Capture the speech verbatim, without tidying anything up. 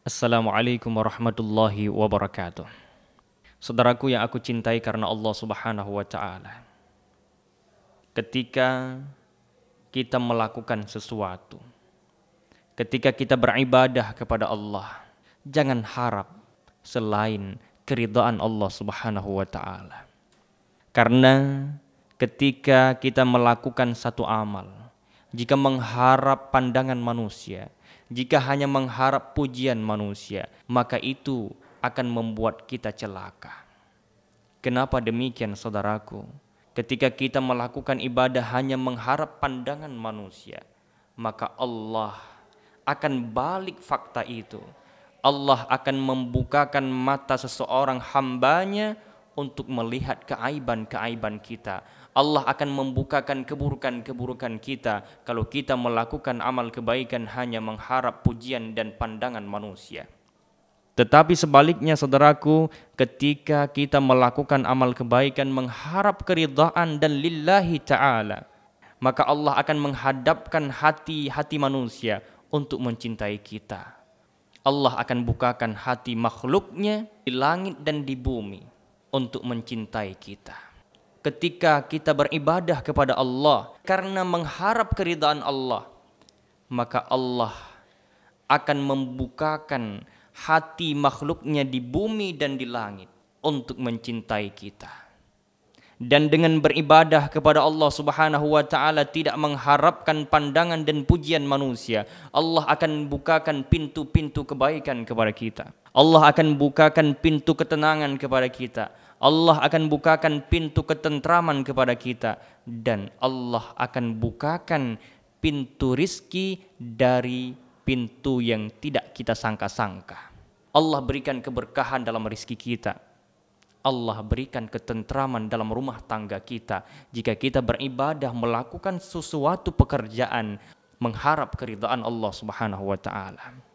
Assalamualaikum warahmatullahi wabarakatuh. Saudaraku yang aku cintai karena Allah Subhanahu wa taala. Ketika kita melakukan sesuatu, ketika kita beribadah kepada Allah, jangan harap selain keridhaan Allah Subhanahu wa taala. Karena ketika kita melakukan satu amal, jika mengharap pandangan manusia, jika hanya mengharap pujian manusia, maka itu akan membuat kita celaka. Kenapa demikian, saudaraku? Ketika kita melakukan ibadah hanya mengharap pandangan manusia, maka Allah akan balik fakta itu. Allah akan membukakan mata seseorang hambanya untuk melihat keaiban-keaiban kita. Allah akan membukakan keburukan-keburukan kita kalau kita melakukan amal kebaikan hanya mengharap pujian dan pandangan manusia. Tetapi sebaliknya, saudaraku, ketika kita melakukan amal kebaikan mengharap keridhaan dan lillahi ta'ala, maka Allah akan menghadapkan hati-hati manusia untuk mencintai kita. Allah akan bukakan hati makhluknya di langit dan di bumi untuk mencintai kita. Ketika kita beribadah kepada Allah karena mengharap keridhaan Allah, maka Allah akan membukakan hati makhluknya di bumi dan di langit untuk mencintai kita. Dan dengan beribadah kepada Allah Subhanahu wa taala tidak mengharapkan pandangan dan pujian manusia, Allah akan bukakan pintu-pintu kebaikan kepada kita. Allah akan bukakan pintu ketenangan kepada kita. Allah akan bukakan pintu ketentraman kepada kita, dan Allah akan bukakan pintu rizki dari pintu yang tidak kita sangka-sangka. Allah berikan keberkahan dalam rizki kita. Allah berikan ketentraman dalam rumah tangga kita jika kita beribadah melakukan sesuatu pekerjaan mengharap keridhaan Allah Subhanahu wa taala.